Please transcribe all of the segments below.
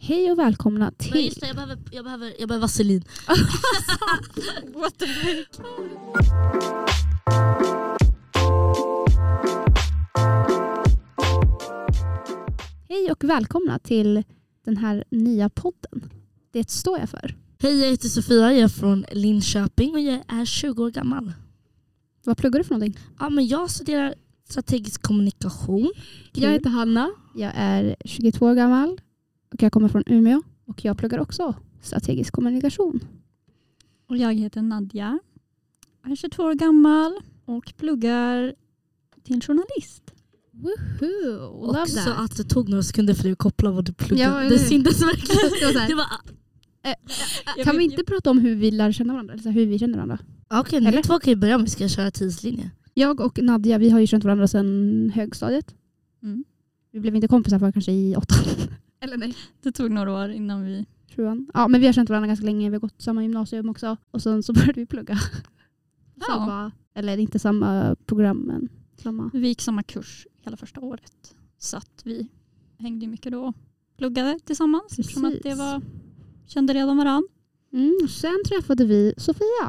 Hej och välkomna till... Nej, just det, jag behöver vaselin. What the fuck? Hej och välkomna till den här nya podden. Det står jag för. Hej, jag heter Sofia, jag är från Linköping och jag är 20 år gammal. Vad pluggar du för någonting? Ja, men jag studerar strategisk kommunikation. Jag heter Hanna, jag är 22 år gammal och jag kommer från Umeå och jag pluggar också strategisk kommunikation. Och jag heter Nadja. Jag är 22 år gammal och pluggar till journalist. Woohoo! Också att det tog några sekunder för dig att koppla vad du pluggade. Ja, det syntes verkligen. Det var, kan vi inte prata om hur vi lär känna varandra? Eller så här, hur vi känner varandra? Okej, ni två kan ju börja om vi ska köra tidslinje. Jag och Nadja, vi har ju känt varandra sedan högstadiet. Mm. Vi blev inte kompisar för kanske i 8. Eller nej. Det tog några år innan vi... 7. Ja, men vi har känt varandra ganska länge. Vi har gått samma gymnasium också. Och sen så började vi plugga. Samma, eller inte samma program, men samma. Vi gick samma kurs hela första året. Så att vi hängde mycket då och pluggade tillsammans. Eftersom att det var... Kände redan varann. Sen träffade vi Sofia.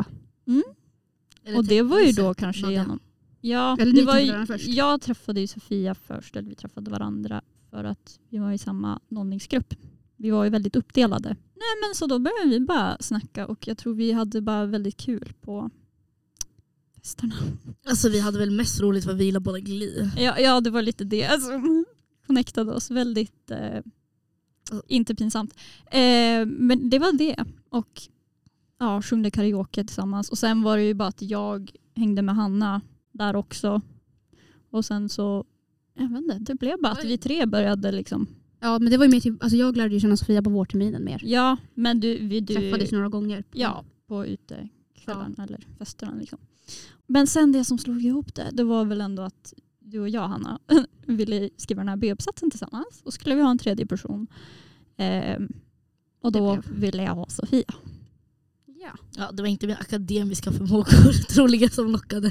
Och det var ju då kanske genom... Ja, eller det var ju, först. jag träffade ju Sofia först. Eller vi träffade varandra för att vi var i samma nollningsgrupp. Vi var ju väldigt uppdelade. Nej, men så då började vi bara snacka och jag tror vi hade bara väldigt kul på festerna. Alltså vi hade väl mest roligt för vi gillade båda glid. Ja, det var lite det. Alltså, connectade oss väldigt inte pinsamt. Men det var det. Och ja, sjungde karaoke tillsammans. Och sen var det ju bara att jag hängde med Hanna där också. Och sen så, jag vet inte, det blev bara att vi tre började liksom. Ja, men det var ju mer typ, alltså jag lärde ju känna Sofia på vårterminen mer. Ja, men du träffades några gånger. Ja, på utekvällen eller festerna liksom. Men sen det som slog ihop det var väl ändå att du och jag, Hanna, ville skriva den här B-uppsatsen tillsammans. Och skulle vi ha en tredje person. Och då ville jag ha Sofia. Ja, det var inte min akademiska förmågor troligen som lockade.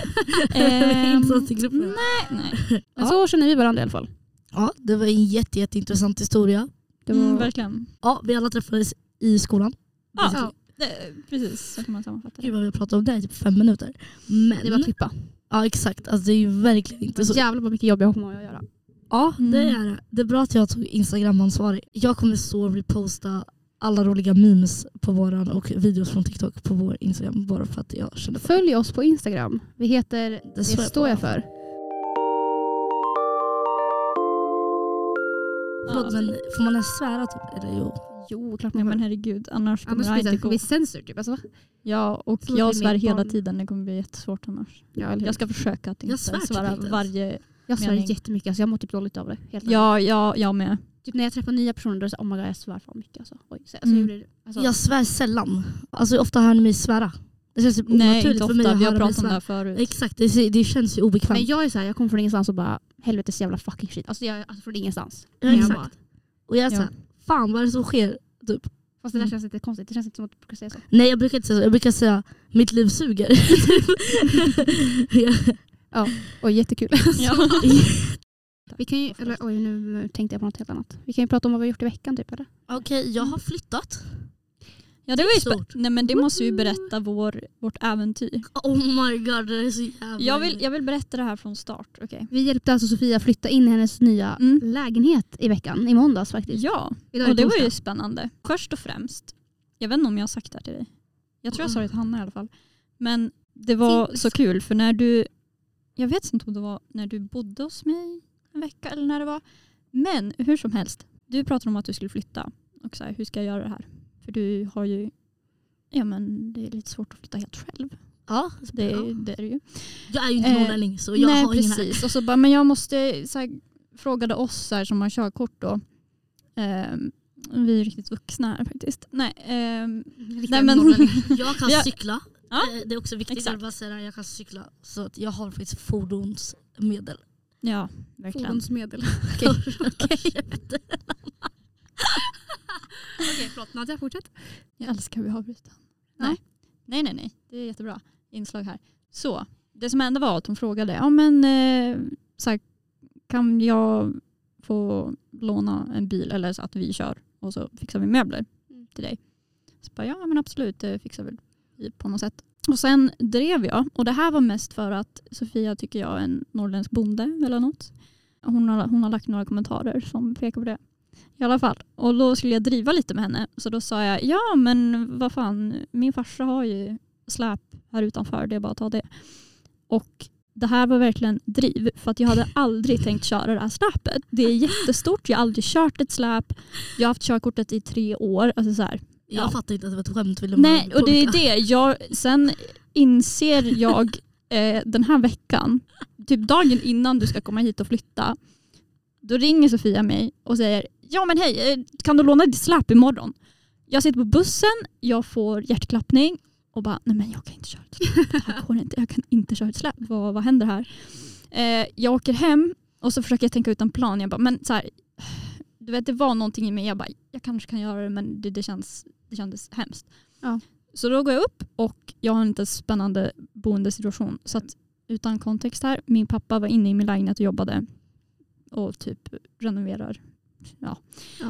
Nej. Men så känner vi varandra i alla fall. Ja, det var en jätteintressant historia. Det var... verkligen. Ja, vi alla träffades i skolan. Ja, precis. Så kan man sammanfatta det. Gud vad vi pratade om det i typ 5 minuter. Men det var klippa. Ja, exakt. Alltså, det är ju verkligen inte så. Jävlar vad mycket jobb jag har att göra. Ja, det är det. Det är bra att jag tog Instagram-ansvarig. Jag kommer så reposta alla roliga memes på våran och videos från TikTok på vår Instagram bara för att jag kände för. Följ oss på Instagram. Vi heter Det står jag för. Förlåt, men får man ens svära typ? Eller Jo, klart Nej, man men herregud, annars kommer blir det inte gå. Vi censur typ, alltså. Ja, och så jag svär hela tiden. Det kommer bli jättesvårt annars. Ja, jag ska försöka att inte svära typ varje jag svär mening. jättemycket, alltså jag mår typ dåligt av det. Helt Ja, jag med. Typ när jag träffar nya personer då är det så, oh my god, jag svär för mycket. Alltså. Oj, så alltså. Jag svär sällan. Alltså ofta hör ni mig svära. Det känns typ onaturligt för mig att vi har höra mig pratat om det svära. här förut. Exakt, det känns ju obekvämt. Men jag är så här, jag kommer från ingenstans och bara helvetes jävla fucking shit. Alltså jag från ingenstans. Ja, exakt. Och jag är så här, fan vad är det som sker? Typ. Fast det där känns lite konstigt. Det känns inte som att du brukar säga så. Nej, jag brukar inte säga så. Jag brukar säga mitt liv suger. Ja, och jättekul. Ja. Vi kan ju, eller oj, nu tänkte jag på något helt annat. Vi kan ju prata om vad vi har gjort i veckan typ, eller? Okej, jag har flyttat. Ja, det var ju nej, men det måste ju berätta vårt äventyr. Oh my god, det är så jävla... Jag vill berätta det här från start. Okay. Vi hjälpte alltså Sofia flytta in hennes nya lägenhet i veckan, i måndags faktiskt. Ja, och det var ju spännande. Först och främst, jag vet inte om jag har sagt det här till dig. Jag tror jag sa det till Hanna i alla fall. Men det var så kul för när du, jag vet inte om det var när du bodde hos mig en vecka eller när det var. Men hur som helst, du pratade om att du skulle flytta. Och så här, hur ska jag göra det här? För du har ju, ja men det är lite svårt att flytta helt själv. Ja, det är det ju. Jag är ju inte norrlänning så jag har ingen här. Och så bara, men jag måste, så här, frågade oss så här, som har körkort då. Vi är riktigt vuxna här faktiskt. Nej, men jag kan cykla. Ja, det är också viktigt att bara säga att jag kan cykla. Så att jag har faktiskt fordonsmedel. Ja, verkligen. Fordonsmedel. Okej. Okej, förlåt. Nadja, fortsätt. Jag älskar vi avbryta. Nej. Det är jättebra inslag här. Så, det som hände var att hon frågade, ja men så här, kan jag få låna en bil eller så att vi kör och så fixar vi möbler till dig. Så bara, ja men absolut, det fixar vi på något sätt. Och sen drev jag, och det här var mest för att Sofia tycker jag är en norrländsk bonde eller något. Hon har lagt några kommentarer som pekar på det. I alla fall. Och då skulle jag driva lite med henne. Så då sa jag, ja men vad fan, min farsa har ju släp här utanför, det är bara att ta det. Och det här var verkligen driv, för att jag hade aldrig tänkt köra det här släpet. Det är jättestort, jag har aldrig kört ett släp. Jag har haft körkortet i 3 år. Alltså så här, Jag fattar inte att det var ett skämt. Nej, och det är det. Sen inser jag den här veckan, typ dagen innan du ska komma hit och flytta, då ringer Sofia mig och säger, ja men hej, kan du låna ditt släp imorgon? Jag sitter på bussen, jag får hjärtklappning och bara, nej men jag kan inte köra ett släp. Det här går inte. Jag kan inte köra ett släp. Vad händer här? Jag åker hem och så försöker jag tänka ut en plan. Jag bara, men så här, du vet, det var någonting i mig. Jag bara, jag kanske kan göra det, men det kändes hemskt. Ja. Så då går jag upp och jag har inte en spännande boendesituation. Så att utan kontext här, min pappa var inne i min lägenhet och jobbade och typ renoverar. Ja.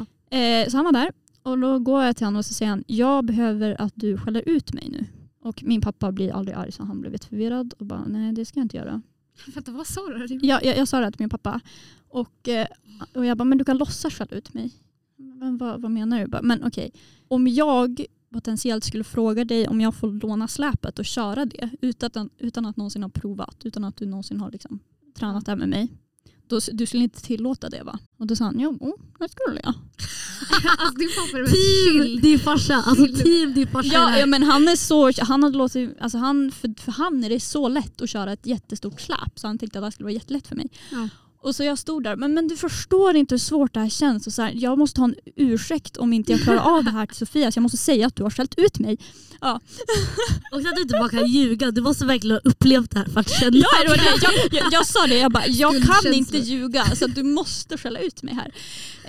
Så han var där. Och då går jag till honom och så säger han, jag behöver att du skäller ut mig nu. Och min pappa blir aldrig arg, så han blev lite förvirrad och bara, nej det ska jag inte göra. Vänta, vad sa du? Jag sa det till min pappa. Och jag bara, men du kan låtsas skälla ut mig. Men vad menar du? Bara, men okej, om jag potentiellt skulle fråga dig om jag får låna släpet och köra det utan att någonsin ha provat, utan att du någonsin har liksom tränat det med mig. Du skulle inte tillåta det, va? Och då sa han, jo, det skulle jag. Alltså, din pappa är team din farsa. Alltså team din farsa. Ja, men han är så, han hade låtit, alltså för han är det så lätt att köra ett jättestort släp, så han tänkte att det skulle vara jättelätt för mig. Ja. Och så jag stod där, men du förstår inte hur svårt det här känns. Och så här, jag måste ha en ursäkt om inte jag klarar av det här till Sofia, så jag måste säga att du har skällt ut mig. Ja. Och så att du inte bara kan ljuga, du måste verkligen ha upplevt det här för att känna. Ja, det var det. Jag sa det, jag bara, jag kan inte ljuga, så att du måste skälla ut mig här.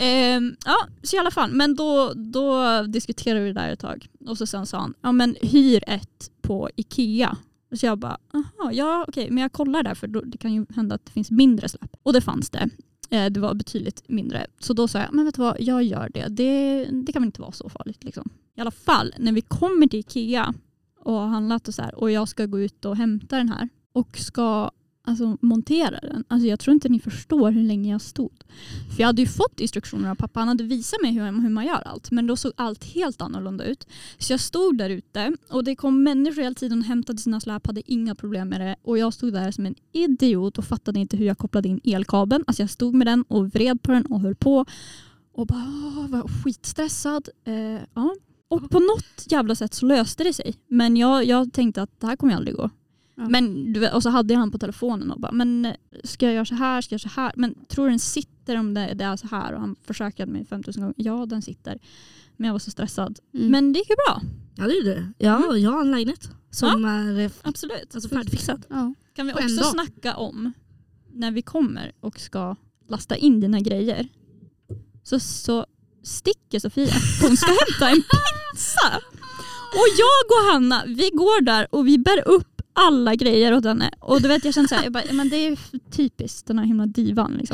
Ja, så i alla fall. Men då diskuterade vi det där ett tag. Och så sen sa han, ja men hyr ett på Ikea. Så jag bara, ja okej, men jag kollar där, för det kan ju hända att det finns mindre släp. Och det fanns det. Det var betydligt mindre. Så då sa jag, men vet du vad, jag gör det. Det kan väl inte vara så farligt liksom. I alla fall, när vi kommer till Ikea och har handlat och så här, och jag ska gå ut och hämta den här och ska montera den. Alltså jag tror inte ni förstår hur länge jag stod. För jag hade ju fått instruktioner av pappa. Han hade visat mig hur man gör allt. Men då såg allt helt annorlunda ut. Så jag stod där ute. Och det kom människor hela tiden och hämtade sina släp. Hade inga problem med det. Och jag stod där som en idiot och fattade inte hur jag kopplade in elkabeln. Alltså jag stod med den och vred på den och höll på. Och bara var skitstressad. Ja. Och på något jävla sätt så löste det sig. Men jag tänkte att det här kommer aldrig gå. Ja. Men, och så hade jag han på telefonen och bara, men ska jag göra så här, ska jag göra så här? Men tror den sitter om det är så här? Och han försäkrade mig 5000 gånger. Ja, den sitter. Men jag var så stressad. Men det gick ju bra. Ja, det är det. Ja, jag har en lägenhet som är absolut. Alltså färdigfixad. Ja. Kan vi också snacka om när vi kommer och ska lasta in dina grejer, så sticker Sofia. Hon ska hämta en pizza. Och jag och Hanna, vi går där och vi bär upp alla grejer åt henne. Och du vet, jag känner så här, men det är typiskt den här himla divan liksom.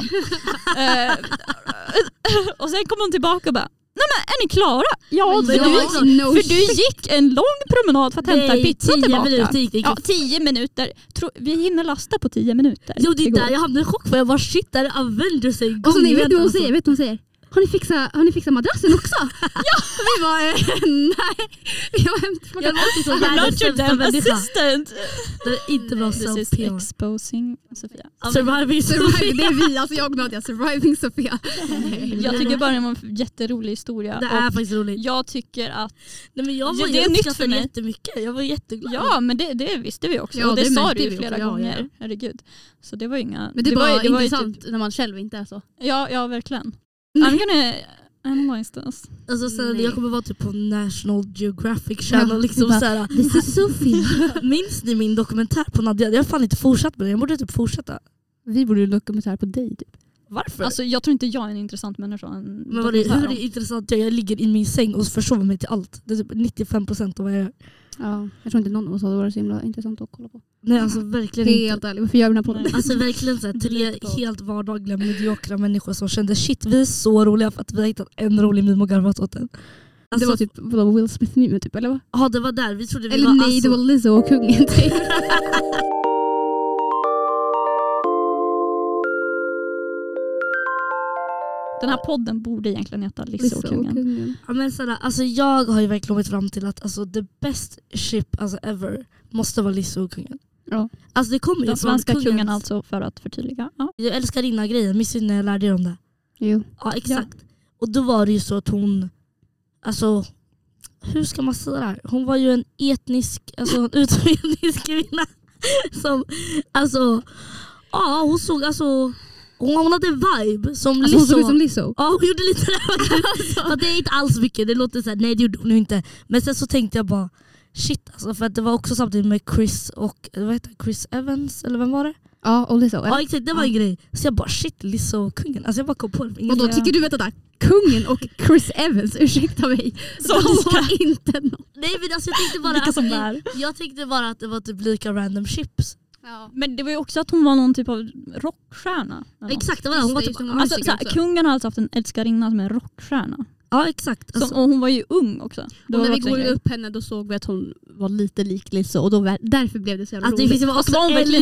Och sen kom hon tillbaka och bara, nej men är ni klara? Ja, för du gick en lång promenad för att hämta pizza tillbaka. 10 minuter. Vi hinner lasta på 10 minuter. Jo, det är där jag hamnade i chock, för jag var shit, där använder sig. Och så ni vet du vad hon säger? Har ni fixat madrassen också? Ja, vi var nej. Jag not your damn assistant. Det är inte bra som This is exposing Sofia. Surviving Sofia. Det är vi, alltså jag och Nadia, surviving Sofia. Jag tycker bara det var en jätterolig historia. Det är faktiskt roligt. Jag tycker att det är nytt för mig. Jättemycket. Jag var jätteglad. Ja, men det visste vi också. Ja, och det sa du ju flera gånger. Ja. Herregud. Så det var inga... Men det var intressant typ, när man själv inte är så. Ja, verkligen. I'm gonna analyze this. Alltså sen, jag kommer vara typ på National Geographic Channel liksom bara, såhär. This is Sofia. Minns ni min dokumentär på Nadia? Jag har fan inte fortsatt med det. Jag borde typ fortsätta. Vi borde dokumentär på dig typ. Varför? Alltså jag tror inte jag är en intressant människa. Men hur är det intressant? Jag ligger i min säng och försover mig till allt. Det är typ 95% av vad jag gör. Ja, jag tror inte någon av oss hade varit så himla intressant att kolla på. Nej, alltså verkligen Helt ärligt, varför gör vi den här podden? Alltså verkligen så här, 3 helt vardagliga mediokra människor som kände shit, vi är så roliga för att vi har hittat en rolig meme och garvat åt den. Alltså, det var typ vadå, Will Smith-meme typ, eller vad? Ja, det var där. Vi trodde vi eller var nej, det var Lizzo och kungen typ. Den här podden borde egentligen heta Lizzo och kungen. Ja, men sådär, alltså jag har ju verkligen kommit fram till att alltså, the best ship alltså, ever måste vara Lizzo och kungen. Ja. Alltså, det kommer ju Den svenska kungens... kungen alltså, för att förtydliga. Ja. Jag älskar dina grejer, minns du när jag lärde er om det? Jo. Ja, exakt. Ja. Och då var det ju så att hon, alltså hur ska man säga det här? Hon var ju en etnisk, alltså en utometnisk kvinna som, alltså, ja hon såg alltså, hon hade en vibe som alltså, Lizzo. hon såg ut som Lizzo. Ja, hon gjorde lite det. Alltså. Det är inte alls mycket, det låter såhär, nej det gjorde hon inte. Men sen så tänkte jag bara, shit alltså, för att det var också samtidigt med Chris och, vad heter det, Chris Evans, eller vem var det? Ja, och Lizzo. Ja exakt, det var en grej. Så jag bara shit, Lizzo och kungen. Alltså jag bara kom på det. Och då tycker du att kungen och Chris Evans, ursäkta mig, så var inte någon. Nej men alltså jag tänkte bara jag tänkte bara att det var typ lika random chips. Ja. Men det var ju också att hon var någon typ av rockstjärna. Exakt, det var hon var typ, alltså, kungen har alltså haft en älskarinna som är en rockstjärna. Ja exakt. Alltså, och hon var ju ung också. Och när vi går upp henne då såg vi att hon var lite lik Lizzo och då därför blev det så jävla roligt. Det var också hon verkligen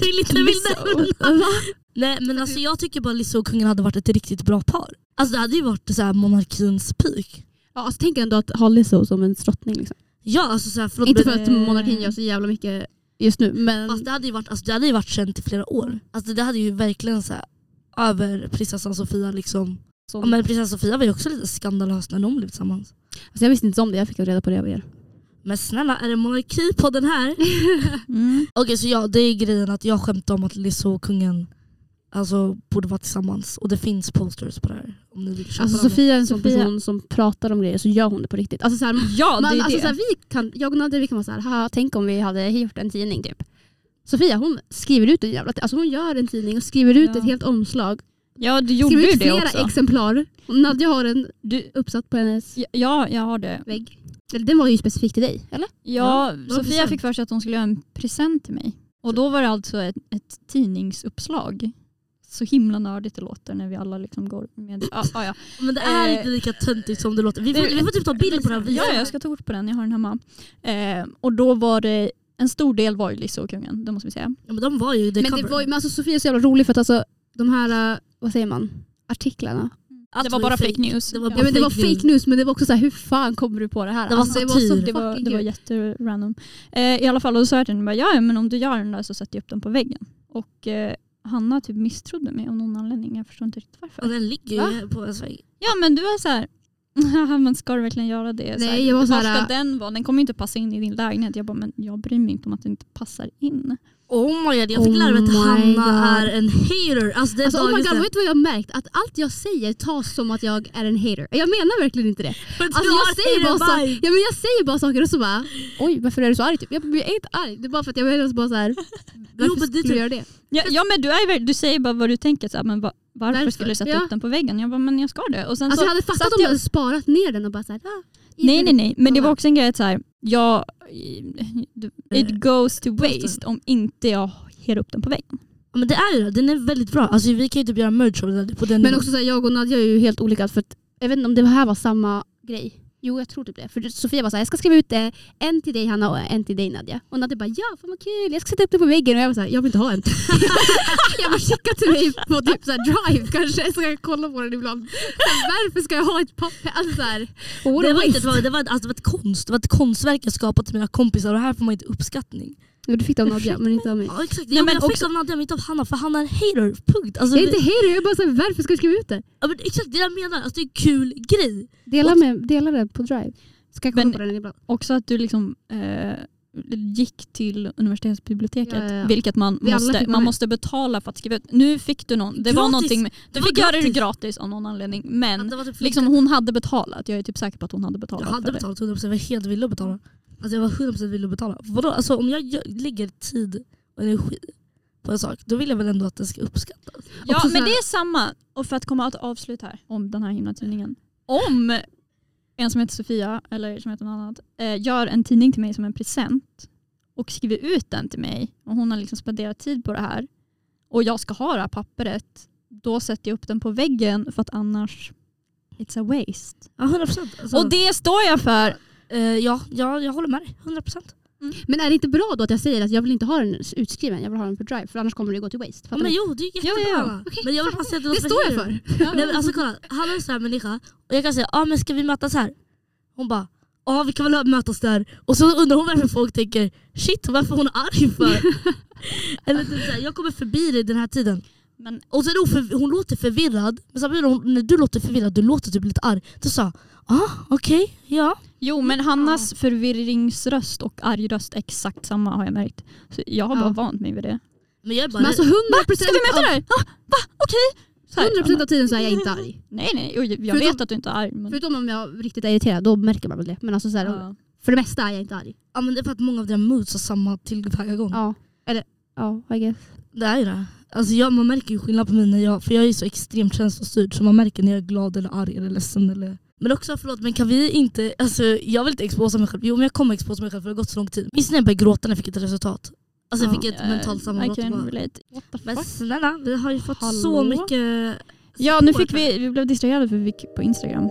Lizzo. Nej men alltså jag tycker bara Lizzo och kungen hade varit ett riktigt bra par. Alltså det hade ju varit så här monarkins peak. Ja, alltså tänk ändå att ha Lizzo som en drottning liksom. Ja alltså så här, inte för att monarkin gör så jävla mycket just nu, men fast det hade ju varit känt i flera år. Alltså det hade ju verkligen så här, över prinsessan Sofia liksom. Ja, men prinsessan Sofia var ju också lite skandalös när de blev tillsammans. Alltså jag visste inte om det, jag fick reda på det av er. Men snälla, är det monarki på den här? Okej, så ja, det är grejen att jag skämtar om att Lizzo och kungen alltså, borde vara tillsammans. Och det finns posters på det här. Om ni vill köpa alltså Sofia är en sån person som pratar om grejer så gör hon det på riktigt. Alltså, så här, ja, man, det är alltså, det. Så här, jag och Nadia vi kan vara så här, tänk om vi hade gjort en tidning typ. Sofia hon skriver ut en jävla, alltså hon gör en tidning och skriver ut ett helt omslag. Ja, du gjorde ju det också. Flera exemplar. Och Nadia har en uppsatt på hennes ja, jag har det. Vägg. Den var ju specifikt till dig, eller? Ja, Sofia fick för sig att hon skulle göra en present till mig. Och då var det alltså ett tidningsuppslag. Så himla nördigt det låter när vi alla liksom går med. Ja. Men det är inte lika töntigt som det låter. Vi får typ ta bilder på den här. Ja, jag ska ta kort på den. Jag har den hemma. Och då var det en stor del var ju Lizzo och kungen, det måste vi säga. Ja, men de var ju men alltså Sofia är så jävla rolig för att alltså de här, vad säger man, artiklarna. Det var bara fake news. Det var fake news, men det var också så här, hur fan kommer du på det här? Det var det var jätterandom. I alla fall, och då sa jag till henne, ja men om du gör den där så sätter jag upp den på väggen. Och Hanna typ misstrodde mig av någon anledning. Jag förstår inte riktigt varför. Och den ligger ju på ens vägg. Ja, men du var så här, men ska du verkligen göra det? Nej, jag var så här, var ska den vara? Den kommer inte passa in i din lägenhet. Jag bara, men jag bryr mig inte om att den inte passar in. Oh my god, jag fick lära mig att Hanna är en hater. Alltså oh my god, vet du vad jag har märkt? Att allt jag säger tas som att jag är en hater. Jag menar verkligen inte det. Alltså, jag säger bara saker och så bara, oj, varför är du så arg? Typ? Jag är inte arg. Det är bara för att jag menar bara så här, varför skulle du göra det? Ja, men du säger bara vad du tänker. Så här, men varför skulle du sätta upp den på väggen? Jag bara, men jag ska det. Och sen alltså jag hade fattat om jag hade sparat ner den och bara så här, nej. Men det var också en grej att så här, it goes to waste om inte jag ger upp den på väggen. Ja, men det är ju det. Den är väldigt bra. Alltså vi kan ju typ göra merch av det på den. Men också så här, jag och Nadia är ju helt olika för att, jag vet inte om det här var samma grej. Jo, jag tror typ det. För Sofia var så här, jag ska skriva ut en till dig Hanna och en till dig Nadia. Och Nadia bara, ja, fan vad kul, jag ska sätta upp det på väggen. Och jag var så här, jag vill inte ha en. Jag bara skickade till dig på typ så här Drive kanske, så jag kolla på den ibland. Varför ska jag ha ett papper? Alltså så här, det var ett konst. Det var ett konstverk jag skapat till mina kompisar och här får man inte uppskattning. Ja, du fick det av Nadia, men inte av mig. Ja, exakt. Ja, men jag fick av Nadia, men inte av Hanna, för Hanna är en hater, punkt. Alltså, jag är inte hater, jag är bara så här, varför ska jag skriva ut det? Ja, men exakt, det jag menar, alltså, det är en kul grej. Dela det på Drive. Ska jag kolla på den ibland? Också att du liksom gick till universitetsbiblioteket, vilket man måste betala för att skriva ut. Nu fick du någon, det var någonting med, du fick göra det gratis av någon anledning, men typ liksom hon hade betalat. Jag är typ säker på att hon hade betalat. Jag hade betalat 100%, jag var helt villig att betala. Alltså jag var 100% villig att betala. Vadå? Alltså om jag lägger tid och energi på en sak, då vill jag väl ändå att det ska uppskattas. Ja, men det är samma. Och för att komma att avsluta här om den här himla tidningen. Om en som heter Sofia, eller som heter något annat, gör en tidning till mig som en present och skriver ut den till mig. Och hon har liksom spenderat tid på det här. Och jag ska ha det här pappret. Då sätter jag upp den på väggen för att annars it's a waste. Ja, 100%. Alltså, Och det står jag för. ja, jag håller med dig. 100%. Men är det inte bra då att jag säger att jag vill inte ha den utskriven, jag vill ha den på drive, för annars kommer det gå till waste? Ja, men jo, det är jättebra. Ja. Okay. Men jag vill bara säga att det står jag för. Nej, men alltså kolla, han är en sån här människa och jag kan säga, men ska vi mötas här? Hon bara, vi kan väl mötas där. Och så undrar hon varför folk tänker, shit, varför hon är arg för? Eller typ såhär, jag kommer förbi dig den här tiden. Men, och sen hon låter förvirrad. Men samtidigt när du låter förvirrad, du låter typ lite arg. Du sa, okej, ja. Jo, men Hannas förvirringsröst och argröst är exakt samma, har jag märkt. Så jag har bara vant mig vid det. Men jag är bara... Men alltså 100%... Ska vi möta där? Va? Okej. 100% av tiden så är jag inte arg. Nej. Jag vet att du inte är arg. Men... Förutom om jag riktigt är irriterad, då märker man väl det. Men alltså så här, för det mesta är jag inte arg. Ja, men det är för att många av dina moods har samma tillvägagång. Ja, eller... Ja, I guess. Det är ju det. Alltså man märker ju skillnad på mig för jag är så extremt känslostyrd, så man märker när jag är glad eller arg eller ledsen eller... Men också, förlåt, men kan vi inte... Alltså, jag vill inte exposa mig själv. Jo, men jag kommer exposa mig själv för det har gått så lång tid. Minns när jag började gråta när jag fick ett resultat? Alltså jag fick ett mentalt sammanbrott. Men snälla, vi har ju fått så mycket... Ja, nu fick vi blev distraherade för vi fick på Instagram.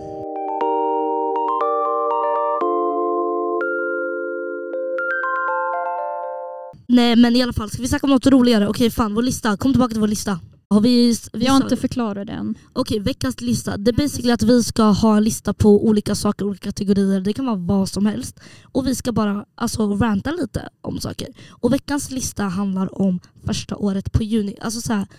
Nej, men i alla fall, ska vi snacka om något roligare? Okej, fan, vår lista. Kom tillbaka till vår lista. Vi har inte förklarat den. Okej, veckans lista. Det är basically att vi ska ha en lista på olika saker, olika kategorier. Det kan vara vad som helst. Och vi ska bara ranta lite om saker. Och veckans lista handlar om första året på juni. Alltså så här,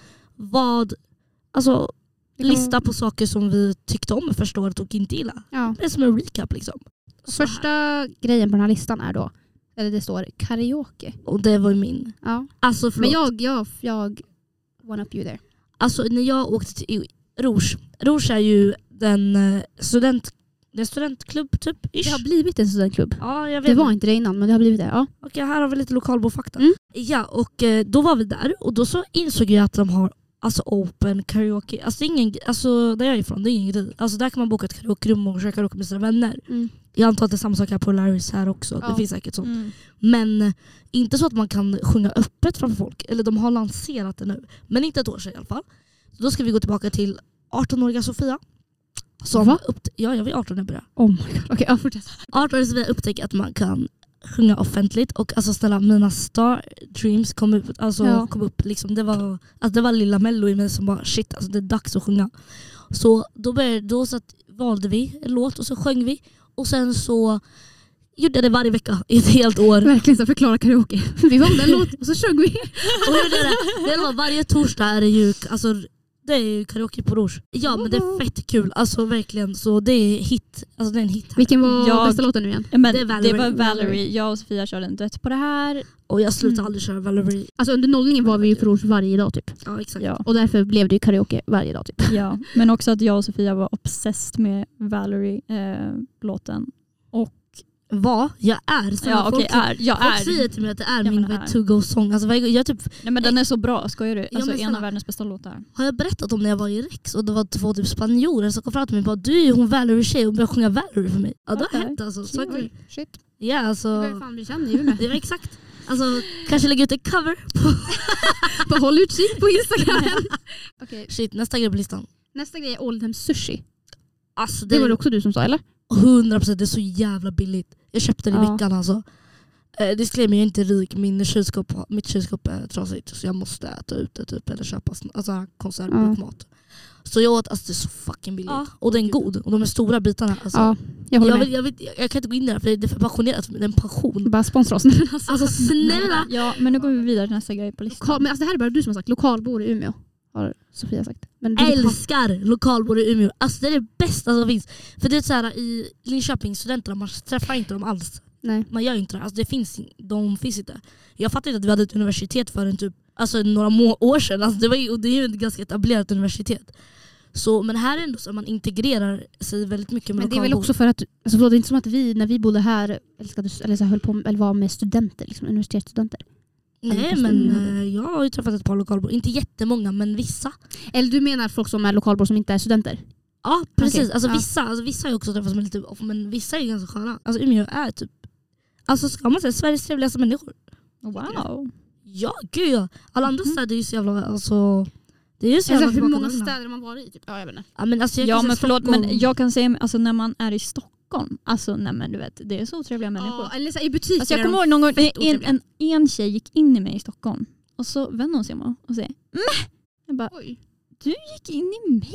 lista på saker som vi tyckte om första året och inte gilla. Ja. Det är som en recap liksom. Första grejen på den här listan är då, eller det står karaoke. Och det var ju min. Ja. Alltså, men jag one up you there. Alltså när jag åkte till Rouge är ju den studentklubb typ. Det har blivit en studentklubb. Ja, jag vet. Det var inte det innan, men det har blivit det. Ja. Okej, här har vi lite lokalbofakta. Ja, och då var vi där och då så insåg jag att de har open karaoke. Alltså där jag är ifrån, det är ingen grej. Alltså där kan man boka ett karaoke-rum och köra karaoke med sina vänner. Jag antar att det är samma sak här på Larrys här också. Ja. Det finns säkert sånt. Men inte så att man kan sjunga öppet framför folk. Eller de har lanserat det nu. Men inte ett år sedan i alla fall. Så då ska vi gå tillbaka till 18-åriga Sofia. Som jag var 18 när jag började. Oh my god. Okej, fortsätt. 18-åriga Sofia upptäcker att man kan sjunga offentligt. Och alltså snälla, mina star dreams kom upp. Liksom. Det var lilla Mello i mig som bara shit, alltså det är dags att sjunga. Så då valde vi en låt och så sjöng vi. Och sen så gjorde jag det varje vecka i ett helt år. Verkligen så förklara karaoke. Vi valde en låt och så sjöng vi. Och det var varje torsdag är det ju, alltså det är ju karaoke på Rouge. Ja, men det är fett kul. Alltså verkligen, så det är hit. Alltså det är en hit här. Vilken var bästa låten nu igen? Men det var Valerie. Jag och Sofia körde en duett på det här. Och jag slutade aldrig köra Valerie. Alltså under nollningen var vi ju på Rouge varje dag typ. Ja, exakt. Ja. Och därför blev det ju karaoke varje dag typ. Ja, men också att jag och Sofia var obsessed med Valerie-låten. Jag är. Ja, okej, folk säger till mig att det är min to-go-sång. Alltså, jag typ, nej, men den är så bra, skojar du? Alltså en av världens bästa låtar. Har jag berättat om när jag var i Rex och det var 2 typ spanjorer som kom fram till mig och bara, du är ju hon Valerie-tjej och började sjunga Valerie för mig. Ja, det har hänt alltså. Shit. Ja, alltså. Det var fan vi känner ju med. Ja, exakt. Alltså, kanske lägga ut en cover på håll utkik på Instagram. Okay. Shit, nästa grej på listan. Nästa grej är Oldham Sushi. Alltså, det var det också du som sa, eller? 100%, det är så jävla billigt. Jag köpte det i veckan alltså. Disclaimer, jag är inte rik. Mitt kylskåp är trasigt, så jag måste äta ute typ, eller köpa konservmat. Så jag åt, alltså det är så fucking billigt. Och den är god. Och de är stora bitarna. Alltså. Jag kan inte gå in där för det är för passionerat. Det är en passion. Bara sponsra oss. Alltså snälla. Ja, men nu går vi vidare till nästa grej på listan. Men alltså det här är bara du som har sagt lokalbor i Umeå. Har Sofia sagt. Men älskar lokalbor i Umeå. Alltså det är det bästa som finns. För det är så här, i Linköping, studenterna, man träffar inte dem alls. Nej. Man gör inte det. Alltså de finns inte. Jag fattar inte att vi hade ett universitet för typ, några år sedan. Alltså det är ju ett ganska etablerat universitet. Så, men här är ändå så att man integrerar sig väldigt mycket med lokalbor. Men det är väl också för att, alltså, det är inte som att vi när vi bodde här höll på eller var med studenter, liksom, universitetsstudenter. Nej, men jag har ju träffat ett par lokalbor. Inte jättemånga, men vissa. Eller du menar folk som är lokalbor som inte är studenter? Ja, precis. Okej, Alltså, vissa är också träffat som är lite off, men vissa är ganska sköna. Alltså Umeå är typ, alltså ska man säga Sveriges trevligaste människor. Wow. Ja, gud ja. Alla andra städer är ju så jävla, alltså det är ju så jävla Hur många tillbakadragna. städer har man varit i? Typ? Ja, jag vet inte. Ja, men alltså, Ja men förlåt, men jag kan säga alltså, när man är i Stockholm, alltså nej men du vet, det är så otrevliga människor. Ja, eller så här, i butiker. Alltså jag kommer ihåg någon gång en tjej gick in i mig i Stockholm och så vände hon sig om och säger Mäh! Jag bara, oj. Du gick in i mig?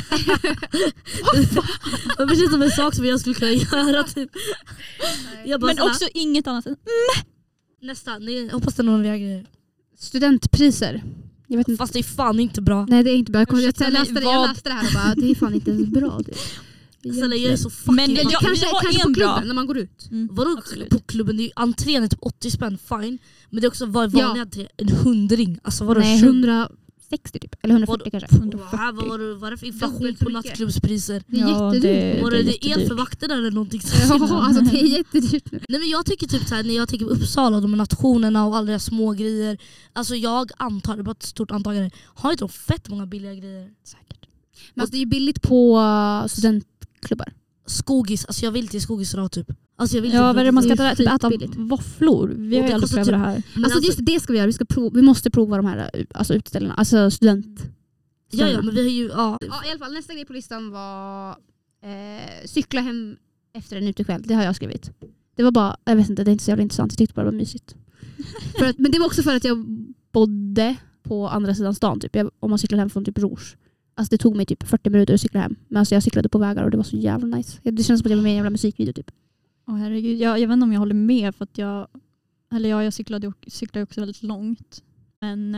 Det är som en sak som jag skulle kunna göra typ. Jag bara, Men såhär, också inget annat än nästan, hoppas det är någon grejer. Studentpriser. Jag vet inte. Fast det är fan inte bra. Nej, det är inte bra. Jag Ursäkta läste mig, det här och bara, det är fan inte ens bra. Typ. Snälla, jag är så fucking Men fattig. Kanske en på bra. klubben när man går ut. Vadå Absolut. på klubben? Det är ju entrén är typ 80 spänn, fine. Men det är också vanlig entré, en 100-ring. Alltså vadå? Nej, 160 typ. Eller 140 kanske. 140. Vad är det för inflation Dubbelt på så mycket. nattklubbspriser? Det är jättedyrt. Var det el jättedyrt. för vakterna eller någonting? Ja, alltså det är jättedyrt nu. Nej, men jag tycker typ såhär, när jag tänker på Uppsala och de här nationerna och alla deras små grejer. Alltså jag antar, det är bara ett stort antagande. Har inte de fett många billiga grejer? Säkert. Men alltså, det är ju billigt på studentklubbar. Skogis, alltså jag vill till Skogis idag typ. Alltså jag vill Ja, typ, vad är det man ska Det är ta? Typ äta skitbilligt. våfflor. Vi har det ju aldrig kostar prövat typ- det här. Men Alltså just det ska vi göra. Vi måste prova de här alltså, utställningarna. Alltså student. ja, men vi har ju, Ja, i alla fall nästa grej på listan var cykla hem efter en utekväll. Det har jag skrivit. Det var bara, jag vet inte, det är inte så jävla intressant. Jag tyckte bara det var mysigt. Men det var också för att jag bodde på andra sidan stan. Typ. Om man cyklade hem från typ Rouge. Alltså det tog mig typ 40 minuter att cykla hem. Men alltså jag cyklade på vägar och det var så jävla nice. Det känns som att jag var med i en jävla musikvideo typ. Åh herregud, jag vet inte om jag håller med för att jag cyklade också väldigt långt. Men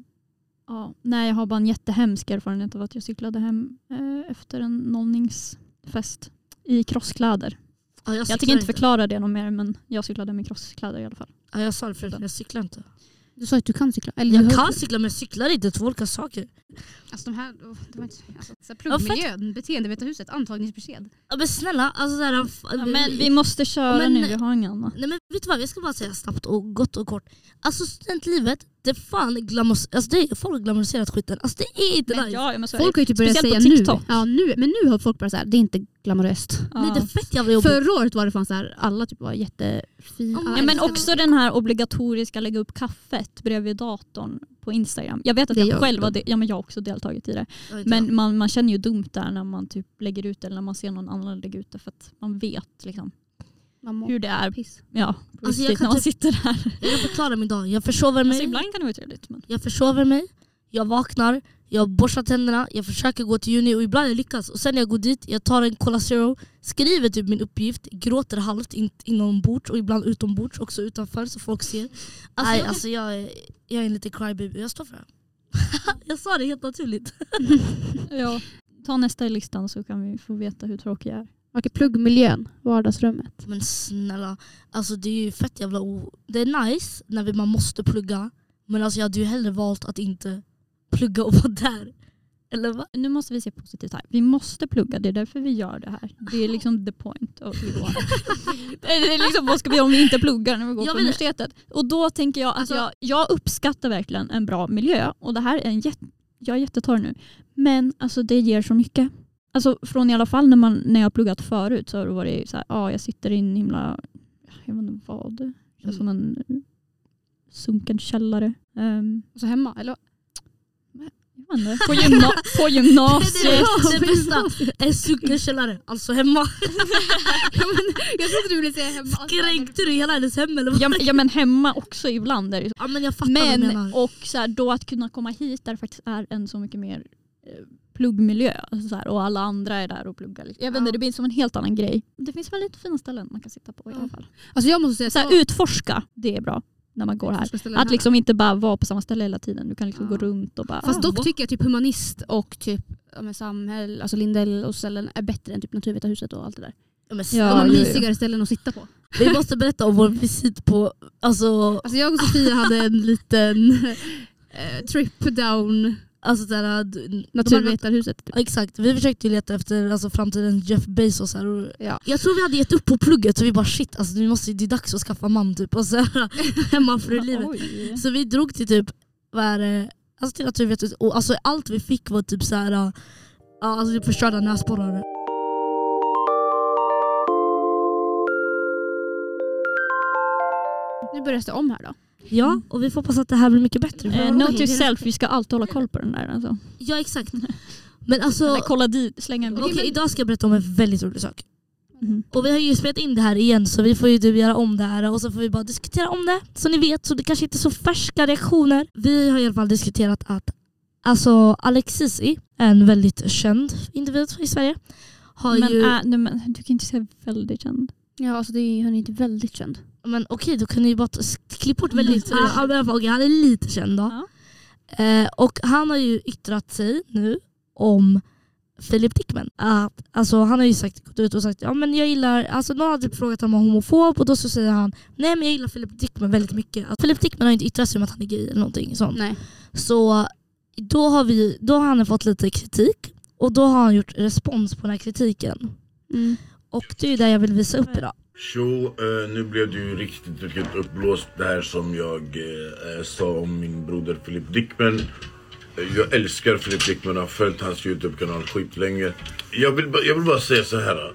nej, jag har bara en jättehemsk erfarenhet av att jag cyklade hem efter en nollningsfest i crosskläder. ja, Jag tänker inte förklara det någon mer, men jag cyklade med crosskläder i alla fall. Ja, jag sa det förut, jag cyklar inte. Du sa att du kan cykla. Eller Jag du kan har- cykla men jag cyklar inte, två olika saker. Alltså de här, det var inte, alltså, så här, pluggmiljön, beteendevetarhuset, antagningsbesked. Ja, men snälla, alltså såhär, Ja, men vi måste köra Men- nu, vi har ingen annan. nej men vet du vad, jag ska bara säga snabbt och gott och kort. Alltså studentlivet, det är fan folk glamoriserat skiten. Alltså det är inte nice. Ja, men så Folk har ju typ börjat säga Speciellt på nu. TikTok. Ja, men nu har folk bara så här, det är inte glamoröst. Nej, det är fett jävla jobbigt. Förra året var det fan så här, alla typ var jättefina. Ja, men också den här obligatoriska lägga upp kaffet bredvid datorn på Instagram. Jag vet att Det jag gör själv de. jag har också deltagit i det. Jag vet inte. Men man känner ju dumt där när man typ lägger ut det eller när man ser någon annan lägga ut det för att man vet liksom Man mår hur det är piss. på Alltså, jag riktigt kan när man typ- sitter där. Jag förklarar min dag. Jag försover mig. Alltså, ibland kan det vara trevligt. Men... Jag försover mig, jag vaknar, jag borstar tänderna, jag försöker gå till uni och ibland jag lyckas. Och sen när jag går dit, jag tar en Cola Zero, skriver typ min uppgift, gråter halvt inombords och ibland utombords, också utanför så folk ser. Alltså jag är en liten crybaby, jag står för det. Jag sa det helt naturligt. Ja. Ta nästa i listan så kan vi få veta hur tråkig jag är. Okej, pluggmiljön, vardagsrummet. Men snälla, alltså det är ju fett jävla det är nice när man måste plugga. Men alltså jag hade ju hellre valt att inte plugga och vara där. Eller vad? Nu måste vi se positivt här. Vi måste plugga, det är därför vi gör det här. Det är liksom the point of it all. Det är liksom, vad ska vi göra om vi inte pluggar när vi går på universitetet? Och då tänker jag att jag uppskattar verkligen en bra miljö. Och det här är jag är jättetorr nu. Men alltså det ger så mycket. Alltså från i alla fall när jag har pluggat förut så har det varit så här, jag sitter i en himla, jag vet inte vad det är, som en sunken källare. Alltså hemma, eller? Jag vet inte. På gymnasiet. Det bästa är cykelkällare, alltså hemma. Jag trodde du ville säga hemma. Skränkte du hela hennes hem eller vad? Ja men hemma också ibland är det så. Ja, men jag fattar vad du menar. Men och så här, då att kunna komma hit där det faktiskt är en så mycket mer pluggmiljö alltså så här, och alla andra är där och pluggar. Jag vet inte, det blir som en helt annan grej. Det finns väldigt fina ställen man kan sitta på i alla fall. Alltså jag måste säga Så här, utforska, det är bra när man går här. Att liksom inte bara vara på samma ställe hela tiden. Du kan liksom gå runt och bara... Fast dock tycker jag typ humanist och typ samhäll, alltså Lindell och ställen är bättre än typ Naturvetarhuset och allt det där. Ja, men De har mysigare ställen att sitta på. Vi måste berätta om vår visit på... Alltså jag och Sofia hade en liten trip down alltså där, Naturvetarhuset. Typ. Exakt, vi försökte leta efter framtidens Jeff Bezos här. Och Ja. jag tror vi hade gett upp på plugget så vi bara shit, alltså, det är dags att skaffa man typ. Och så hemma för livet. Oj. Så vi drog till typ, vad är det? Alltså till Naturvetarhuset. Och alltså allt vi fick var typ så här Ja, alltså du förstörda näsborrar. Nu börjar det om här då. Ja, och vi får hoppas att det här blir mycket bättre. Note to self, vi ska alltid hålla koll på den där. Alltså. Ja, exakt. Men alltså, eller kolla dit, slänga en okej, idag ska jag berätta om en väldigt rolig sak. Mm. Och vi har ju spelat in det här igen, så vi får ju göra om det här och så får vi bara diskutera om det, så ni vet, så det kanske inte är så färska reaktioner. Vi har i alla fall diskuterat att alltså Alexisi, en väldigt känd individ i Sverige, har men du kan inte säga väldigt känd. Ja, alltså han är inte väldigt känd. Men okej, då kan ni ju bara klippa bort väldigt. Okej, han är lite känd då. Ja. Och han har ju yttrat sig nu om Philip Dickman. Alltså, han har ju gått ut och sagt, ja men jag gillar, alltså någon hade frågat om han var homofob och då så säger han, nej men jag gillar Philip Dickman väldigt mycket. Att Philip Dickman har inte yttrat sig om att han är gay eller någonting sånt. Nej. Så då har han fått lite kritik och då har han gjort respons på den här kritiken. Och det är det jag vill visa upp idag. Så nu blev det ju riktigt uppblåst det här som jag sa om min broder Philip Dickman. Jag älskar Philip Dickman och har följt hans YouTube-kanal skitlänge. Jag vill bara säga så här.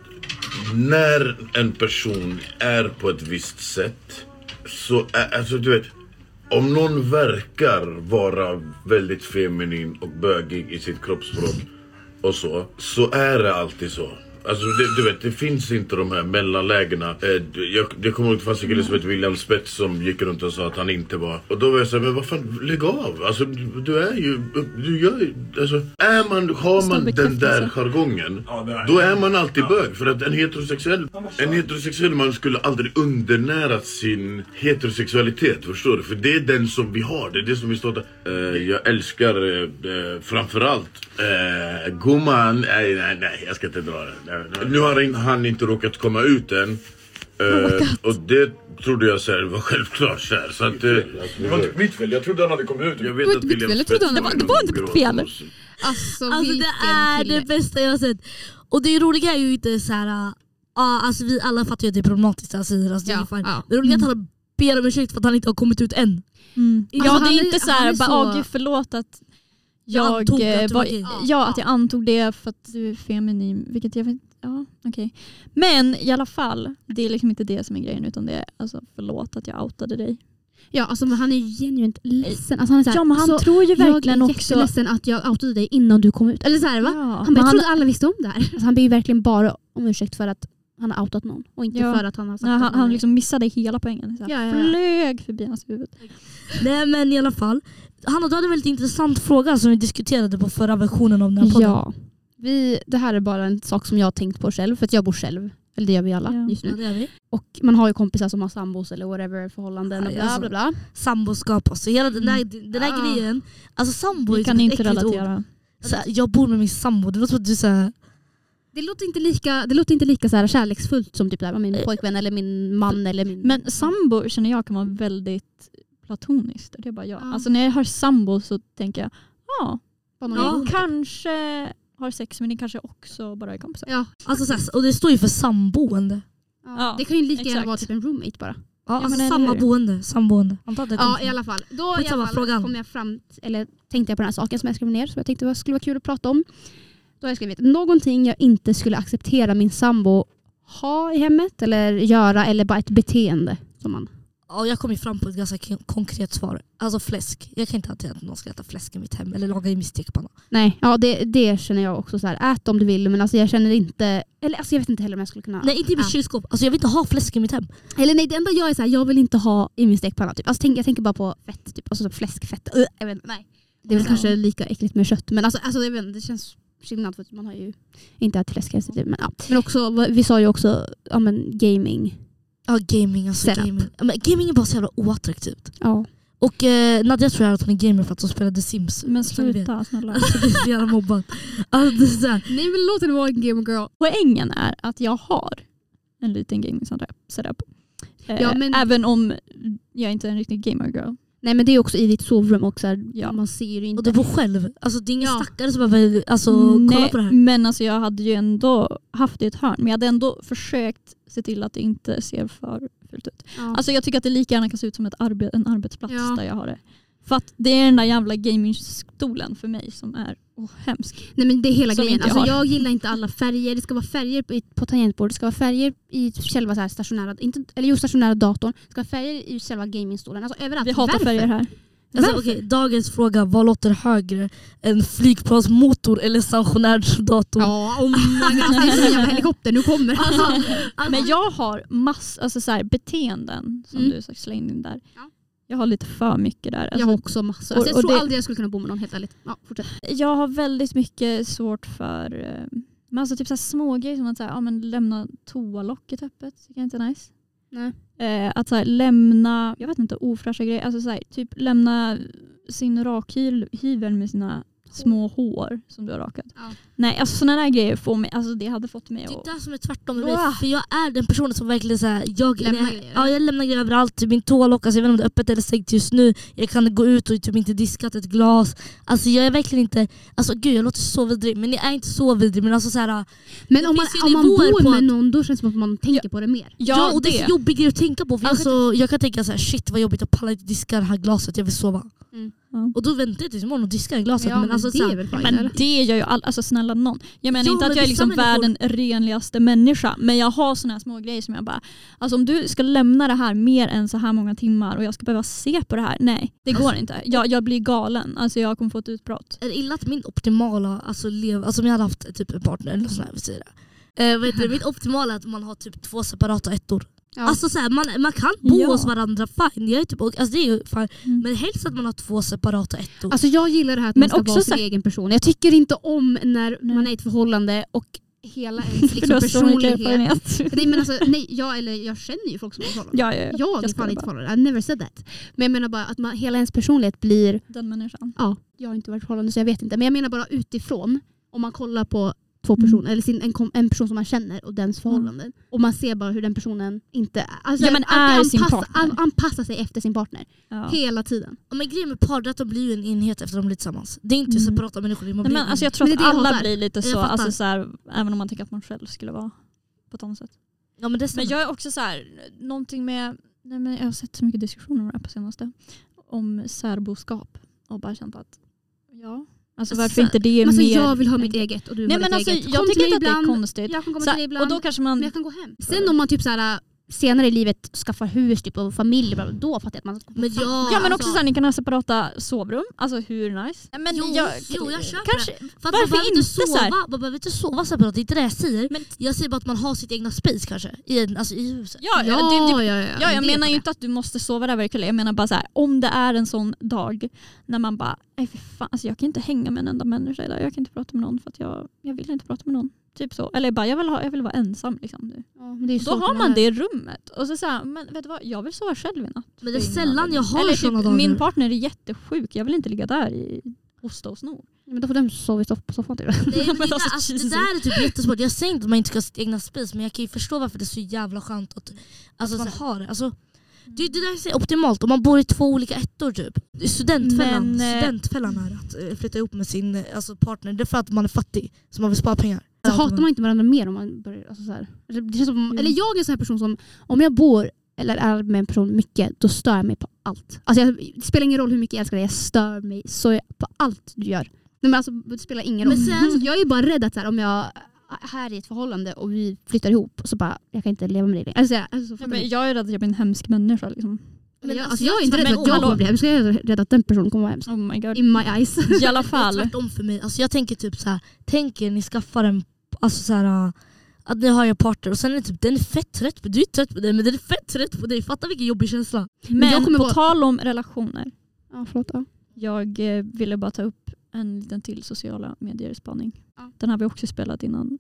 När en person är på ett visst sätt så alltså du vet, om någon verkar vara väldigt feminin och bögig i sitt kroppsspråk och så är det alltid så. Alltså du vet, det finns inte de här mellanlägena. Jag kommer ihåg att det fanns en kille som heter William Spets som gick runt och sa att han inte var. Och då var jag så här, men vad fan, lägg av. Alltså du gör ju, alltså har man den där jargongen, då är man alltid bög. För att en heterosexuell man skulle aldrig undernära sin heterosexualitet, förstår du? För det är den som vi har, det är det som vi står där. Jag älskar framförallt gumman, nej, jag ska inte dra det. Nu har han inte råkat komma ut än. Och det trodde jag så här, var självklart så här. Så att, det var inte mitt fel, jag trodde han hade kommit ut. Jag vet att William Spets det var inte mitt fel. Alltså det är det bästa jag har sett. Och det roliga är ju inte så här. Alltså vi alla fattar ju att det är problematiskt. Alltså, det roliga är att han ber om ursäkt för att han inte har kommit ut än. Ja, alltså, det är inte så här, bara gud förlåt att jag antog det för att du är feminin, vilket jag vet. Ja, okej. Men i alla fall, det är liksom inte det som är grejen, utan det är alltså förlåt att jag outade dig. Ja, alltså han är ju genuint ledsen. Alltså, han är så här, ja, men han tror ju verkligen jag är också jätteledsen att jag outade dig innan du kom ut. Eller så här, va? Ja, han bara, trodde alla visste om det här. Alltså, han ber ju verkligen bara om ursäkt för att han har outat någon och inte för att han har sagt att han liksom missade hela poängen. Så här, flög förbi hans huvud. Nej, men i alla fall. Hanna, du hade en väldigt intressant fråga som vi diskuterade på förra versionen av den här podden. Ja. Det här är bara en sak som jag har tänkt på själv, för att jag bor själv. Eller det gör vi alla just nu. Ja, det gör vi. Och man har ju kompisar som har sambos eller whatever förhållanden och bla bla bla. Samboskap och så hela den där grejen. Alltså sambo kan inte relatera. Så jag bor med min sambo. Det låter som att du säger. Det låter inte lika så här kärleksfullt som typ där, min pojkvän eller min man eller min. Men sambo känner jag kan vara väldigt platoniskt. Det är bara jag. Alltså när jag har sambo så tänker jag ni kanske har sex, men ni kanske också bara är kompisar. Ja, alltså så här, och det står ju för samboende. Ja, det kan ju lika gärna vara typ en roommate bara. Ja, alltså samboende. Ja, i alla fall. Då kom jag fram, eller tänkte jag på den här saken som jag skrev ner, så jag tänkte det skulle vara kul att prata om. Då har jag skrivit någonting jag inte skulle acceptera min sambo ha i hemmet eller göra, eller bara ett beteende som man. Ja, jag kom ju fram på ett ganska konkret svar. Alltså fläsk. Jag kan inte hantera att någon ska äta fläsk i mitt hem eller laga i min stekpanna. Nej, ja det känner jag också så här. Ät om du vill, men alltså jag känner inte, eller alltså jag vet inte heller om jag skulle kunna. Nej, inte i mitt kylskåp. Alltså jag vill inte ha fläsk i mitt hem. Eller nej, det enda jag är så här, jag vill inte ha i min stekpanna typ. Alltså jag tänker bara på fett typ, alltså fläskfett. Jag vet inte, nej. Det är väl kanske lika äckligt med kött, men alltså jag vet inte, det känns skillnad för att man har ju inte ätit fläsk i sitt liv, men ja. Men också vi sa ju också gaming. Ja, gaming, alltså gaming. Men gaming är bara så jävla oattraktivt. Ja. Och Nadia tror jag att hon är gamer för att hon spelade Sims. Men sluta, snälla. Alltså, det är så jävla mobbat. Alltså, det är så här. Nej, men låt det vara en gamer girl. Poängen är att jag har en liten gaming setup. Men även om jag inte är en riktig gamer girl. Nej, men det är också i ditt sovrum också. Man ser ju inte. Och du bor själv. Alltså det är ingen stackare som bara kolla på det här. Men alltså, jag hade ju ändå haft det i ett hörn. Men jag hade ändå försökt se till att det inte ser för fult ut. Alltså jag tycker att det lika gärna kan se ut som en arbetsplats där jag har det. För att det är den där jävla gamingstolen för mig som är hemsk. Nej, men det är hela Som grejen. inte Alltså, har. jag gillar inte alla färger. Det ska vara färger på tangentbord. Det ska vara färger i själva så här stationära datorn. Det ska vara färger i själva gamingstolen. Alltså överallt. Vi hatar Varför? färger här. Alltså, okej, dagens fråga, vad låter högre? En flygplansmotor eller stationär dator? Ja, oh my God. Det är som en jävla helikopter. Nu kommer. Men jag har alltså så här, beteenden som du slängde in där. Ja. Jag har lite för mycket där. Alltså, Jag har också massor. Alltså, jag och tror det- aldrig jag skulle kunna bo med någon, helt ärligt. Ja, fortsätt. jag har väldigt mycket svårt för men alltså typ så här små grejer som att så här, men lämna toalocket öppet. Tycker jag inte är nice. Nej. Att så här, lämna, jag vet inte, ofräscha grejer. Alltså så här, typ lämna sin rakhyvel med sina små hår som du har rakat. Ja. Nej, alltså sådana där grejer får mig, alltså det hade fått mig Det att... är det som är tvärtom med mig, för jag är den personen som verkligen så här, jag Lämnar grejer. jag lämnar grejer överallt. Min toalock, alltså, jag vet inte om det är öppet eller stängt just nu. Jag kan gå ut och typ inte diskat ett glas. Alltså jag är verkligen inte, alltså gud jag låter så vidrig, men jag är inte så vidrig, men alltså så här, Men det om man, finns ju om man nivåer bor på med att- någon, då känns det som att man tänker på det mer. ja, och det är så jobbigt grej att tänka på, för alltså, jag kan tänka så här, shit vad jobbigt, jag pallar inte diska det här glaset, jag vill sova. Ja. Och då väntar jag tills imorgon och diskar glaset. Ja, men alltså, det så är här, väl fine, Men eller? det gör ju alltså snälla någon. Jag menar Ja, inte att men jag är vissa liksom människor- världens renligaste människa, men jag har såna här små grejer som jag bara, alltså om du ska lämna det här mer än så här många timmar och jag ska behöva se på det här, nej, det går inte. Jag blir galen, alltså jag kommer få ett utbrott. är det illa att min optimala, alltså om jag hade haft typ en partner eller sån här, vi säger det. Vad heter det? Mitt optimala är att man har typ 2 separata ettor. Ja. Alltså så här, man kan bo Ja. hos varandra, fine. Jag är typ, alltså det är ju fine. Men helst att man har 2 separata ettor. Alltså jag gillar det här att Men man ska också vara så sin egen person. Jag tycker inte om när man är i ett förhållande och hela ens För du har liksom, så mycket personlighet. erfarenhet. Nej, men alltså, nej, jag känner ju folk som är i förhållande. Ja, Jag är fan skojar inte bara. förhållande. I never said that. Men jag menar bara att hela ens personlighet blir... Den människan. Ja, jag har inte varit i förhållande så jag vet inte. Men jag menar bara utifrån, om man kollar på 2 personer, eller en person som man känner och dens förhållanden. Och man ser bara hur den personen inte... Alltså, Ja, men är sin partner. Anpassar sig efter sin partner. Ja. Hela tiden. Ja, men grejen med par är att de blir ju en enhet efter de blir tillsammans. Det är inte separata människor. Man Nej, blir men, alltså, jag tror Men att det är det jag alla hatar. blir lite Jag så, fattar. alltså, så här, även om man tänker att man själv skulle vara på ett annat sätt. ja, men det stämmer. Men jag är också så här, någonting med, nej, men jag har sett så mycket diskussioner om det här på senaste, om särboskap och bara känt att ja, alltså varför inte det är Alltså, mer... jag vill ha mitt eget och du Nej, har men ditt alltså, eget. jag Kom tycker till inte mig att det är ibland. konstigt. Jag kan komma Så till dig här, ibland. och då kanske man... Men jag kan gå hem. Sen om man typ så här, senare i livet skaffar hus typ, och familj, bla, bla, då fattar jag att man... Men ja, Ja, men också alltså- så här, ni kan ha separata sovrum. Alltså hur nice? Ja, men Jo, jag köper kanske, För att man varför behöver inte inte så här? sova, man behöver inte sova separat, det är inte det jag säger. Men- Jag säger bara att man har sitt egna space kanske i huset. Ja, Ja, det, ja, jag det är menar ju det. inte att du måste sova där verkligen. Jag menar bara så här, om det är en sån dag när man bara, nej för fan, alltså jag kan inte hänga med en enda människa idag. Jag kan inte prata med någon för att jag vill inte prata med någon. Typ så. Eller bara, jag vill vara ensam. Liksom. Ja, men det är ju Då så har man man är. det i rummet. Och så här, men vet du vad, jag vill sova själv i natt. Men det är För ingen sällan anledning. jag har Eller såna typ, dagar. min partner är jättesjuk. Jag vill inte ligga där i hosta och sno. Ja, men då får de sova på soffan typ. Nej, men Men det, alltså, alltså, det Jesus. där är typ jättesvårt. Jag säger inte att man inte ska ha sitt egna space, men jag kan ju förstå varför det är så jävla skönt att alltså, man har det. Alltså, det där jag säger optimalt om man bor i 2 olika ettor typ. Studentfällan, Men, studentfällan är att flytta ihop med sin alltså, partner. Det är för att man är fattig, så man vill spara pengar. Så hatar man inte varandra mer om man börjar... Alltså, så här. Det känns som, Jo. eller jag är en sån här person som, om jag bor eller är med en person mycket, då stör jag mig på allt. Alltså, det spelar ingen roll hur mycket jag älskar dig, jag stör mig så på allt du gör. Nej, men alltså, det spelar ingen roll. Men sen- Så jag är bara rädd att så här, om jag är här i ett förhållande och vi flyttar ihop, så bara, jag kan inte leva med dig längre. Alltså, fattar Men du? jag är rädd att jag blir en hemsk människa. Liksom. Men alltså, jag är inte rädd men- för att jag hallå. kommer bli hemsk, jag är rädd att den personen kommer vara hemsk. Oh my god. In my eyes. I alla Det är fall. tvärtom för mig. Alltså, jag tänker typ så här, tänk er ni skaffar en, alltså så här, att ni har en partner och sen är det typ, den är fett trött på, du är trött på dig, men den är fett trött på dig. Fatta vilken jobbig känsla. Men jag kommer på vara- tal om relationer. Ja, förlåt. Ja. Jag ville bara ta upp en liten till sociala medier-spaning. Ja. Den har vi också spelat innan.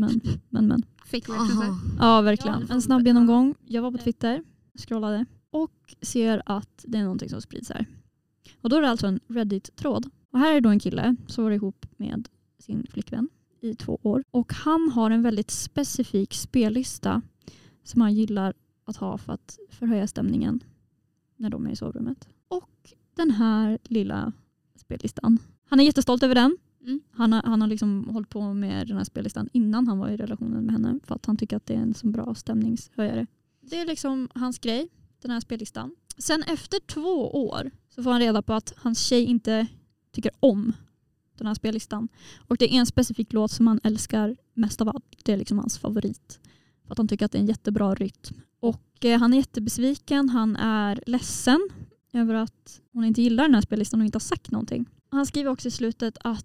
Men. Fake reactions. Aha. Ja, verkligen. En snabb genomgång. Jag var på Twitter, scrollade och ser att det är någonting som sprids här. Och då är det alltså en Reddit-tråd. Och här är då en kille som var ihop med sin flickvän i 2 år. Och han har en väldigt specifik spellista som han gillar att ha för att förhöja stämningen när de är i sovrummet. Och den här lilla spellistan. Han är jättestolt över den. Mm. Han har liksom hållit på med den här spellistan innan han var i relationen med henne för att han tycker att det är en så bra stämningshöjare. Det är liksom hans grej, den här spellistan. Sen efter 2 år så får han reda på att hans tjej inte tycker om den här spellistan. Och det är en specifik låt som han älskar mest av allt. Det är liksom hans favorit. För att han tycker att det är en jättebra rytm. Och han är jättebesviken. Han är ledsen över att hon inte gillar den här spellistan och inte har sagt någonting. Han skriver också i slutet att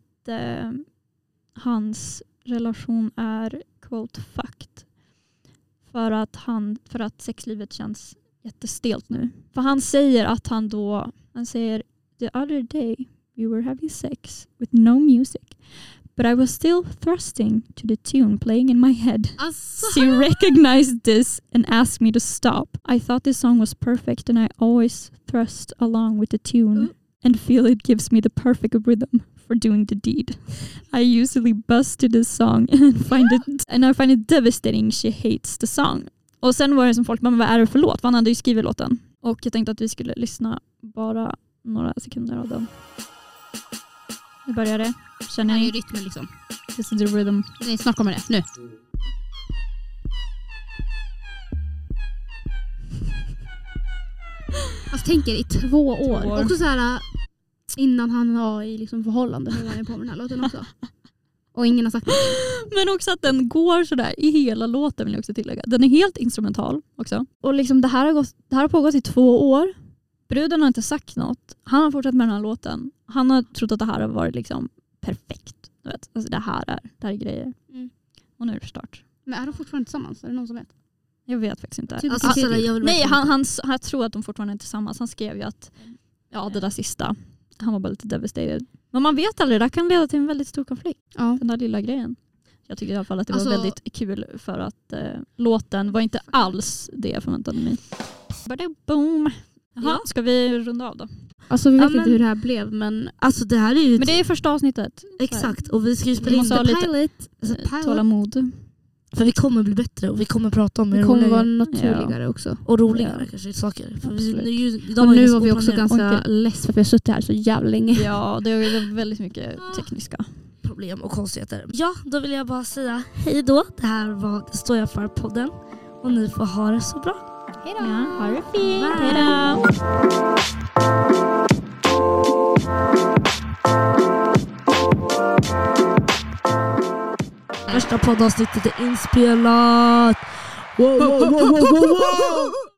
hans relation är quote fucked. För att sexlivet känns jättestelt nu. För han säger att han säger the other day we were having sex with no music. But I was still thrusting to the tune playing in my head. Alltså. She recognized this and asked me to stop. I thought this song was perfect and I always thrust along with the tune and feel it gives me the perfect rhythm for doing the deed. I usually buzz to this song and I find it devastating she hates the song. Och sen var det som folk, men vad är det för låt? Han hade ju skrivit låten. Och jag tänkte att vi skulle lyssna bara några sekunder av den. Nu börjar det. Känner Det ni? är rytmen liksom. This is the rhythm. Nej, snart kommer det. Nu. Alltså tänker i 2 år. 2 år. Också så här innan han var i liksom förhållande höll han ju på med den här låten också. Och ingen har sagt något. Men också att den går sådär i hela låten vill jag också tillägga. Den är helt instrumental också. Och liksom det här har pågått i 2 år. Bruden har inte sagt något. Han har fortsatt med den här låten. Han har trott att det här har varit liksom perfekt. Du vet. Alltså det här är grejer. Mm. Och nu är det start. Men är de fortfarande tillsammans? Är det någon som vet? Jag vet faktiskt inte. Typ- Alltså, sådär, jag vill Nej, verkligen- han tror att de fortfarande är tillsammans. Han skrev ju att det där sista. Han var bara lite devastated. Men man vet aldrig, det kan leda till en väldigt stor konflikt. Ja. Den där lilla grejen. Jag tycker i alla fall att det Alltså- var väldigt kul för att låten var inte alls det jag förväntade mig. Boom. Jaha, ska vi runda av då? Alltså vi vet Ja, inte men- hur det här blev men... Alltså det här är ju... Men det är första avsnittet. Exakt, och vi ska ju spela Vi in måste ha det. lite Pilot. tålamod. För vi kommer bli bättre och vi kommer prata om Det mer kommer roliga vara naturligare också. och roligare kanske saker. För vi, Absolut. idag Och var nu det var vi också oplanerat ganska less för att vi har suttit här så jävla länge. Ja, det är väldigt mycket tekniska. problem och konstigheter. Ja, då vill jag bara säga hej då. Det här var Det står jag för podden. Och ni får ha det så bra. Hejdå! Ja, ha det fint. Bye. Hejdå! Första poddavsnittet är inspelat. Wow, wow, wow, wow, wow, wow.